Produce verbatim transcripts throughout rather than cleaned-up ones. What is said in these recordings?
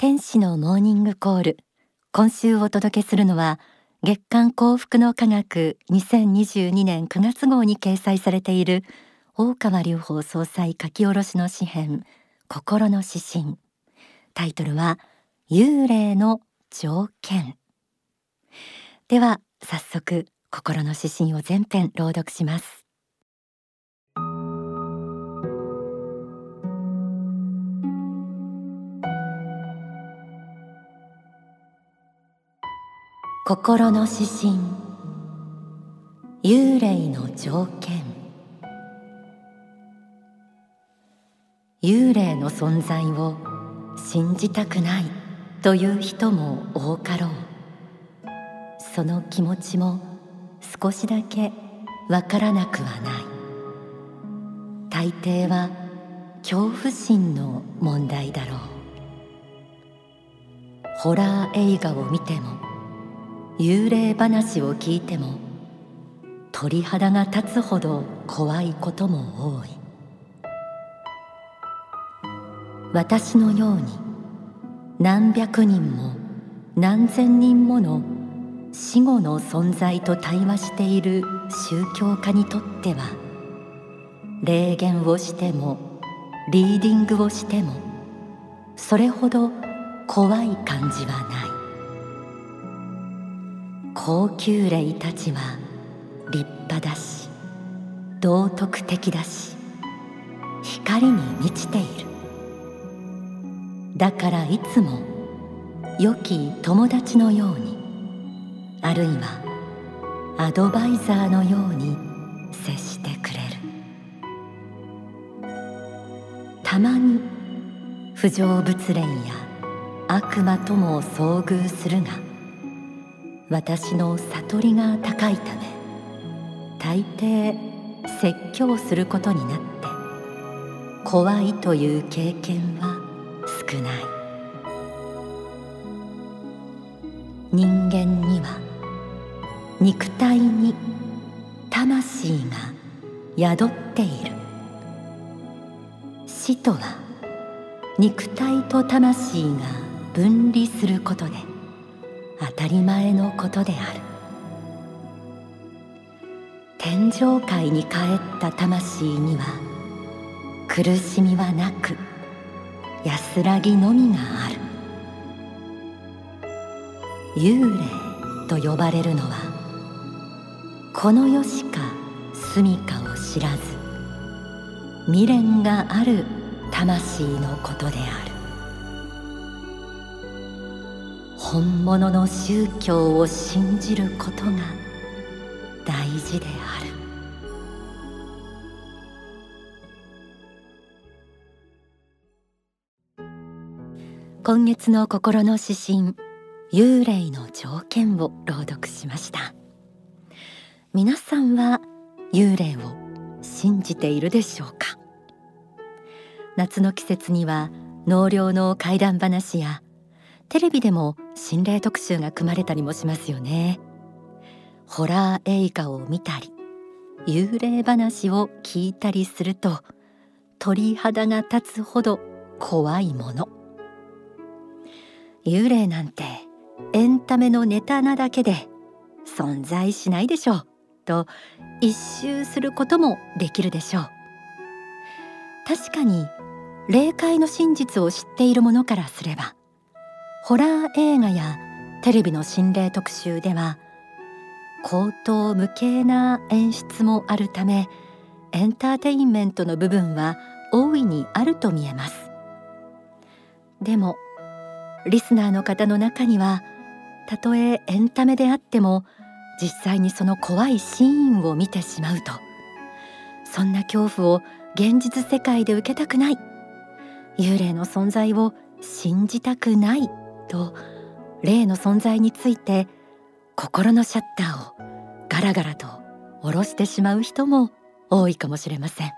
天使のモーニングコール。今週お届けするのは月刊幸福の科学にせんにじゅうにねんくがつ号に掲載されている大川隆法総裁書き下ろしの詩編心の指針。タイトルは幽霊の条件。では早速心の指針を全編朗読します。心の指針。幽霊の条件。幽霊の存在を信じたくないという人も多かろう。その気持ちも少しだけわからなくはない。大抵は恐怖心の問題だろう。ホラー映画を見ても幽霊話を聞いても鳥肌が立つほど怖いことも多い。私のように何百人も何千人もの死後の存在と対話している宗教家にとっては、霊言をしてもリーディングをしてもそれほど怖い感じはない。高級霊たちは立派だし道徳的だし光に満ちている。だからいつも良き友達のように、あるいはアドバイザーのように接してくれる。たまに不浄仏霊や悪魔とも遭遇するが、私の悟りが高いため大抵説教することになって怖いという経験は少ない。人間には肉体に魂が宿っている。死とは肉体と魂が分離することで当たり前のことである。天上界に帰った魂には苦しみはなく安らぎのみがある。幽霊と呼ばれるのはこの世しか住処を知らず未練がある魂のことである。本物の宗教を信じることが大事である。今月の心の指針、幽霊の条件を朗読しました。皆さんは幽霊を信じているでしょうか。夏の季節には納涼の怪談話やテレビでも心霊特集が組まれたりもしますよね。ホラー映画を見たり幽霊話を聞いたりすると鳥肌が立つほど怖いもの。幽霊なんてエンタメのネタなだけで存在しないでしょうと一蹴することもできるでしょう。確かに霊界の真実を知っている者からすれば、ホラー映画やテレビの心霊特集では荒唐無稽な演出もあるため、エンターテインメントの部分は大いにあると見えます。でもリスナーの方の中には、たとえエンタメであっても実際にその怖いシーンを見てしまうと、そんな恐怖を現実世界で受けたくない、幽霊の存在を信じたくないと、霊の存在について心のシャッターをガラガラと下ろしてしまう人も多いかもしれません。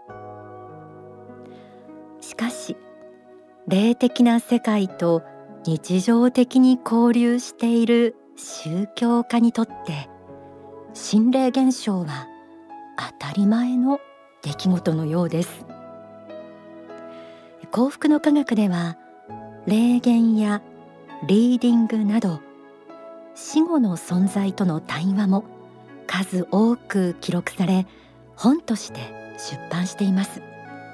しかし霊的な世界と日常的に交流している宗教家にとって心霊現象は当たり前の出来事のようです。幸福の科学では霊言やリーディングなど死後の存在との対話も数多く記録され、本として出版しています。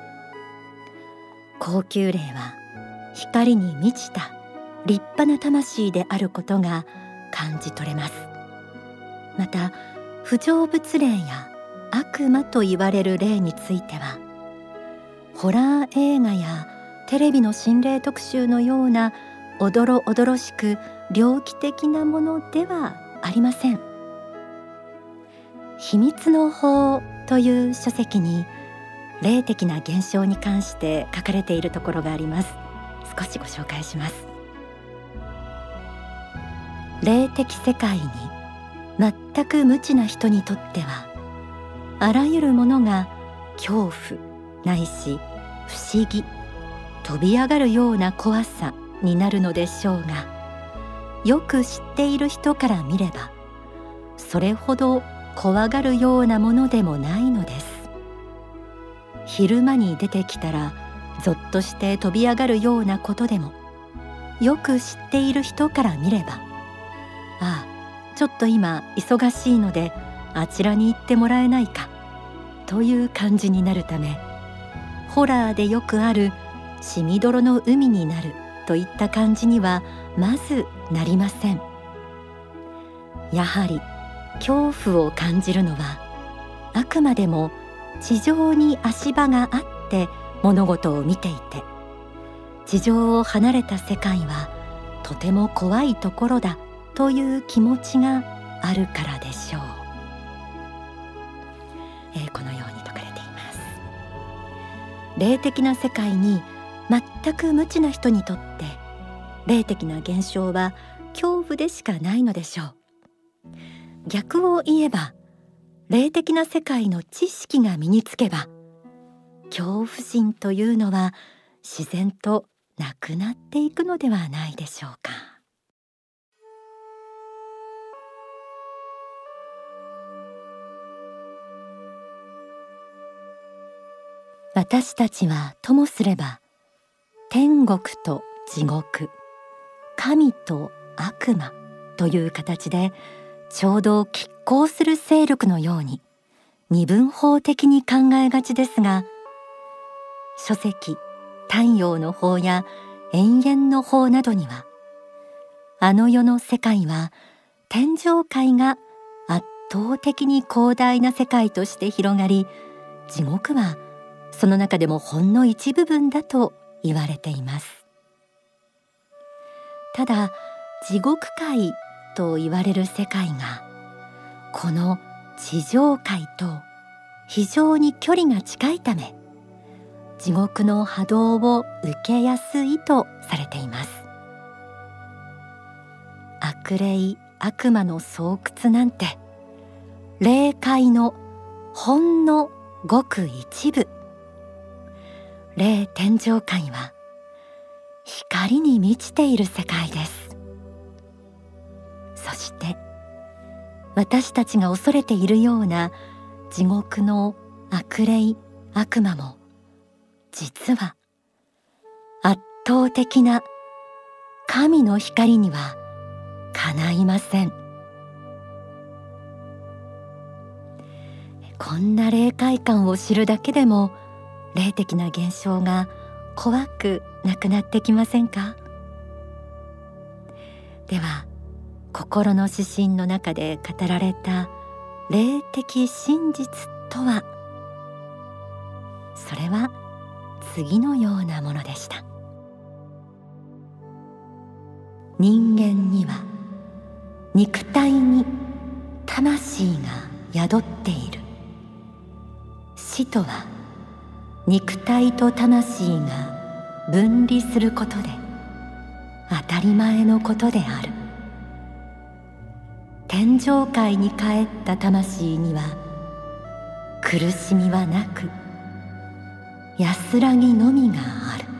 高級霊は光に満ちた立派な魂であることが感じ取れます。また不成仏霊や悪魔と言われる霊については、ホラー映画やテレビの心霊特集のようなおどろおどろしく猟奇的なものではありません。秘密の法という書籍に霊的な現象に関して書かれているところがあります。少しご紹介します。霊的世界に全く無知な人にとっては、あらゆるものが恐怖ないし不思議、飛び上がるような怖さになるのでしょうが、よく知っている人から見ればそれほど怖がるようなものでもないのです。昼間に出てきたらぞっとして飛び上がるようなことでも、よく知っている人から見れば、ああ、ちょっと今忙しいのであちらに行ってもらえないかという感じになるため、ホラーでよくある血みどろの海になるといった感じにはまずなりません。やはり恐怖を感じるのは、あくまでも地上に足場があって物事を見ていて、地上を離れた世界はとても怖いところだという気持ちがあるからでしょう。えー、このように説かれています。霊的な世界に全く無知な人にとって、霊的な現象は恐怖でしかないのでしょう。逆を言えば、霊的な世界の知識が身につけば、恐怖心というのは自然となくなっていくのではないでしょうか。私たちはともすれば、天国と地獄、神と悪魔という形でちょうど拮抗する勢力のように二分法的に考えがちですが、書籍太陽の法や永遠の法などには、あの世の世界は天上界が圧倒的に広大な世界として広がり、地獄はその中でもほんの一部分だと言われています。ただ地獄界と言われる世界が、この地上界と非常に距離が近いため、地獄の波動を受けやすいとされています。悪霊悪魔の巣窟なんて、霊界のほんのごく一部。霊天上界は光に満ちている世界です。そして私たちが恐れているような地獄の悪霊悪魔も、実は圧倒的な神の光にはかないません。こんな霊界観を知るだけでも、霊的な現象が怖くなくなってきませんか？では、心の指針の中で語られた霊的真実とは、それは次のようなものでした。人間には肉体に魂が宿っている。死とは肉体と魂が分離することで当たり前のことである。天上界に帰った魂には苦しみはなく、安らぎのみがある。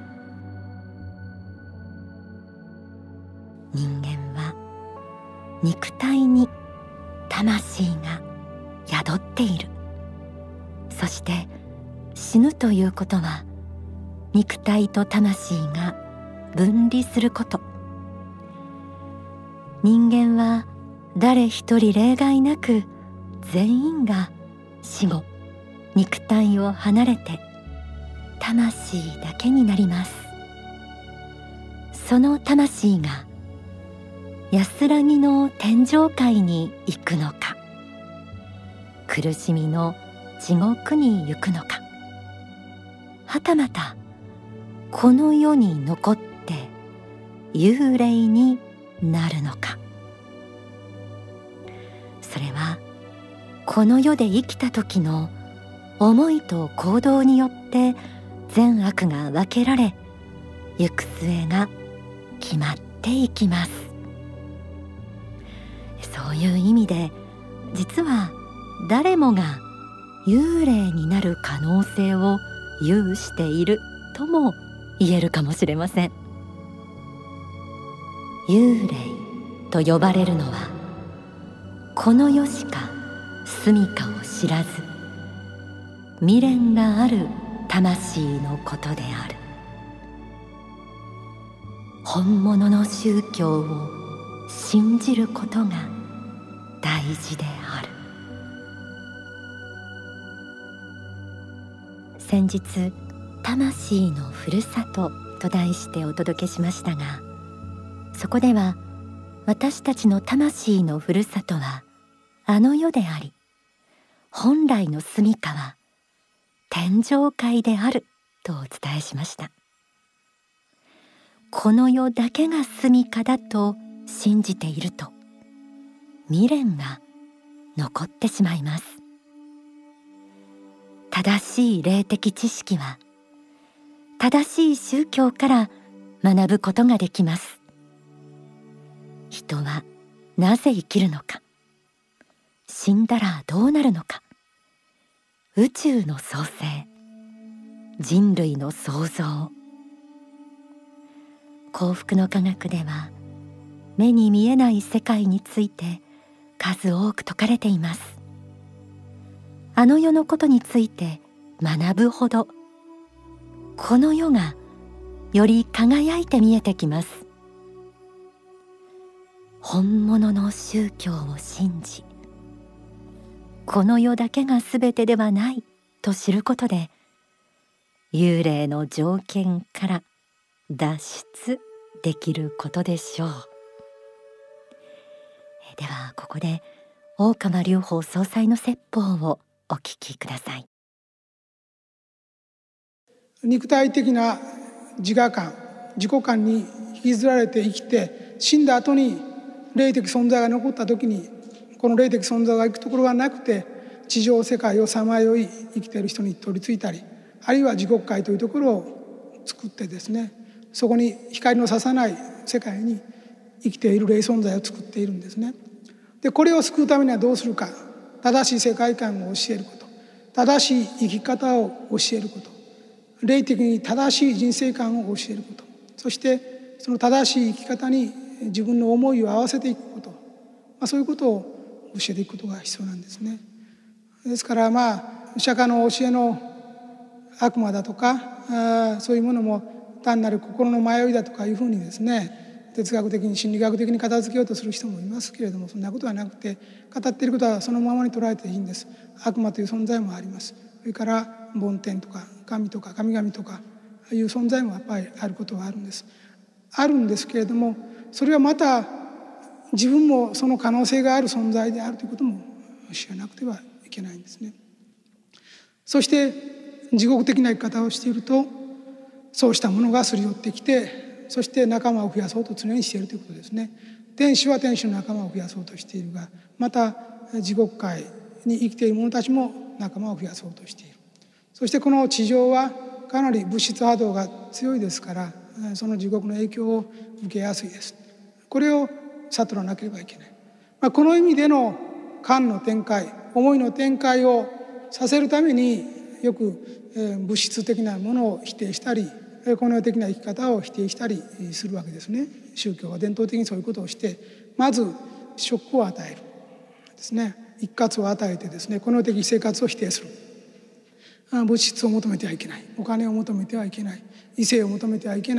人間は肉体に魂が宿っている。そして死ぬということは、肉体と魂が分離すること。人間は誰一人例外なく全員が死後肉体を離れて魂だけになります。その魂が安らぎの天上界に行くのか、苦しみの地獄に行くのか、はたまたこの世に残って幽霊になるのか。それはこの世で生きた時の思いと行動によって善悪が分けられ、行く末が決まっていきます。そういう意味で、実は誰もが幽霊になる可能性を有しているとも言えるかもしれません。幽霊と呼ばれるのは、この世しか住みかを知らず未練がある魂のことである。本物の宗教を信じることが大事である。先日、魂のふるさとと題してお届けしましたが、そこでは私たちの魂のふるさとはあの世であり、本来の住みかは天上界であるとお伝えしました。この世だけが住みかだと信じていると、未練が残ってしまいます。正しい霊的知識は正しい宗教から学ぶことができます。人はなぜ生きるのか、死んだらどうなるのか、宇宙の創生、人類の創造。幸福の科学では目に見えない世界について数多く説かれています。あの世のことについて学ぶほど、この世がより輝いて見えてきます。本物の宗教を信じ、この世だけがすべてではないと知ることで、幽霊の条件から脱出できることでしょう。ではここで大川隆法総裁の説法をお聞きください。 肉体的な自我感、自己感に引きずられて生きて、死んだ後に霊的存在が残った時に、この霊的存在が行くところがなくて地上世界をさまよい生きている人に取り付いたり、あるいは地獄界というところを作ってですね、そこに光の差さない世界に生きている霊存在を作っているんですね。でこれを救うためにはどうするか。正しい世界観を教えること、正しい生き方を教えること、霊的に正しい人生観を教えること、そしてその正しい生き方に自分の思いを合わせていくこと、まあ、そういうことを教えていくことが必要なんですね。ですからまあ釈迦の教えの悪魔だとか、あそういうものも単なる心の迷いだとかいうふうにですね、哲学的に心理学的に片付けようとする人もいますけれども、そんなことはなくて、語っていることはそのままに捉えていいんです。悪魔という存在もあります。それから梵天とか神とか神々とかいう存在もやっぱりあることはあるんです。あるんですけれども、それはまた自分もその可能性がある存在であるということも知らなくてはいけないんですね。そして地獄的な生き方をしていると、そうしたものがすり寄ってきて、そして仲間を増やそうと常にしているということですね。天使は天使の仲間を増やそうとしているが、また地獄界に生きている者たちも仲間を増やそうとしている。そしてこの地上はかなり物質波動が強いですから、その地獄の影響を受けやすいです。これを悟らなければいけない。まあ、この意味での観の展開、思いの展開をさせるためによく物質的なものを否定したり、この世的な生き方を否定したりするわけですね。宗教は伝統的にそういうことをして、まずショックを与えるですね、一喝を与えてですね、この世的生活を否定する。物質を求めてはいけない、お金を求めてはいけない、異性を求めてはいけない、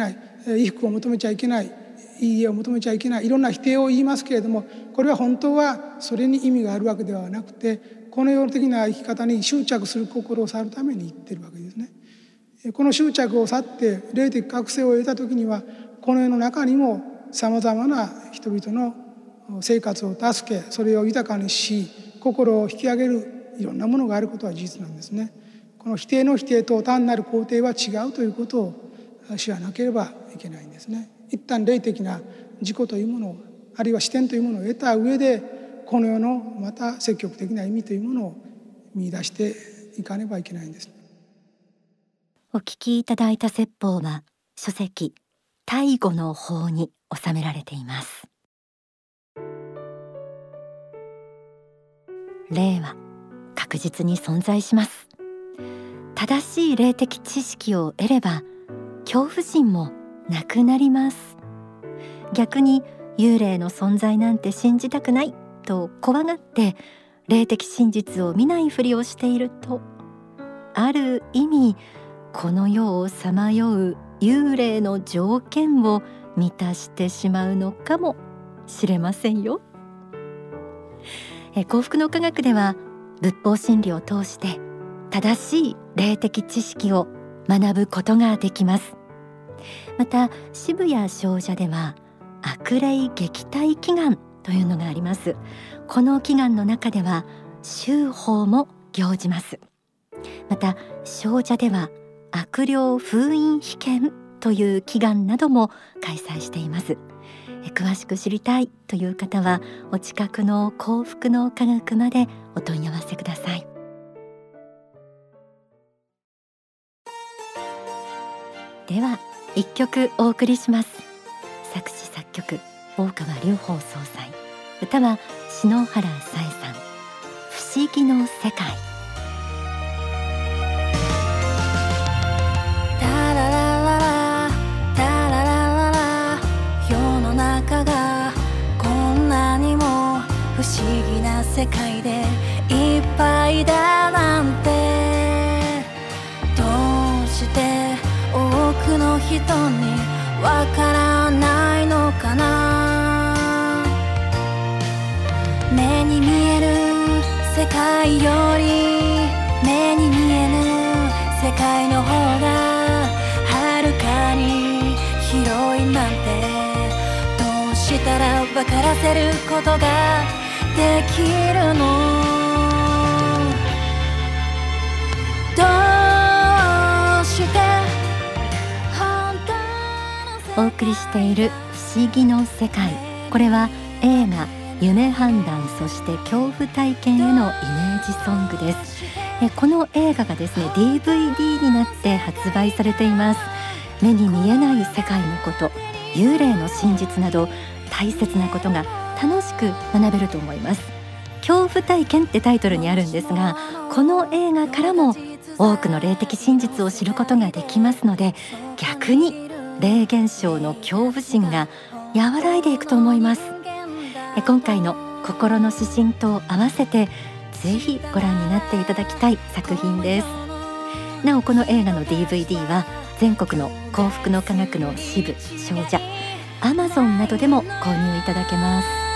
衣服を求めちゃいけない、いい家を求めちゃいけない、いろんな否定を言いますけれども、これは本当はそれに意味があるわけではなくて、この世的な生き方に執着する心を去るために言ってるわけですね。この執着を去って霊的覚醒を得た時には、この世の中にもさまざまな人々の生活を助け、それを豊かにし、心を引き上げるいろんなものがあることは事実なんですね。この否定の否定と単なる肯定は違うということを知らなければいけないんですね。一旦霊的な自己というものを、あるいは視点というものを得た上で、この世のまた積極的な意味というものを見出していかねばいけないんです。 お聞きいただいた説法は書籍大悟の法に収められています。霊は確実に存在します。正しい霊的知識を得れば恐怖心もなくなります。逆に幽霊の存在なんて信じたくないと怖がって霊的真実を見ないふりをしていると、ある意味この世をさまよう幽霊の条件を満たしてしまうのかもしれませんよ。え幸福の科学では仏法真理を通して正しい霊的知識を学ぶことができます。また渋谷精舎では悪霊撃退祈願というのがあります。この祈願の中では修法も行じます。また精舎では悪霊封印被験という祈願なども開催しています。詳しく知りたいという方はお近くの幸福の科学までお問い合わせください。では一曲お送りします。作詞作曲大川隆法総裁、歌は篠原さえさん、不思議の世界。 タララララタララララ、世の中がこんなにも不思議な世界でいっぱいだなんて、どうして多くの人にわからないのかな。目に見える世界より目に見えぬ世界の方がはるかに広いなんて、どうしたら分からせることができるの。どうしてお送りしている不思議の世界、これは映画夢判断、そして恐怖体験へのイメージソングです。えこの映画がですね ディーブイディー になって発売されています。目に見えない世界のこと、幽霊の真実など大切なことが楽しく学べると思います。恐怖体験ってタイトルにあるんですが、この映画からも多くの霊的真実を知ることができますので、逆に霊現象の恐怖心が和らいでいくと思います。え今回の心の指針と合わせてぜひご覧になっていただきたい作品です。なおこの映画の ディーブイディー は全国の幸福の科学の支部、商社、アマゾンなどでも購入いただけます。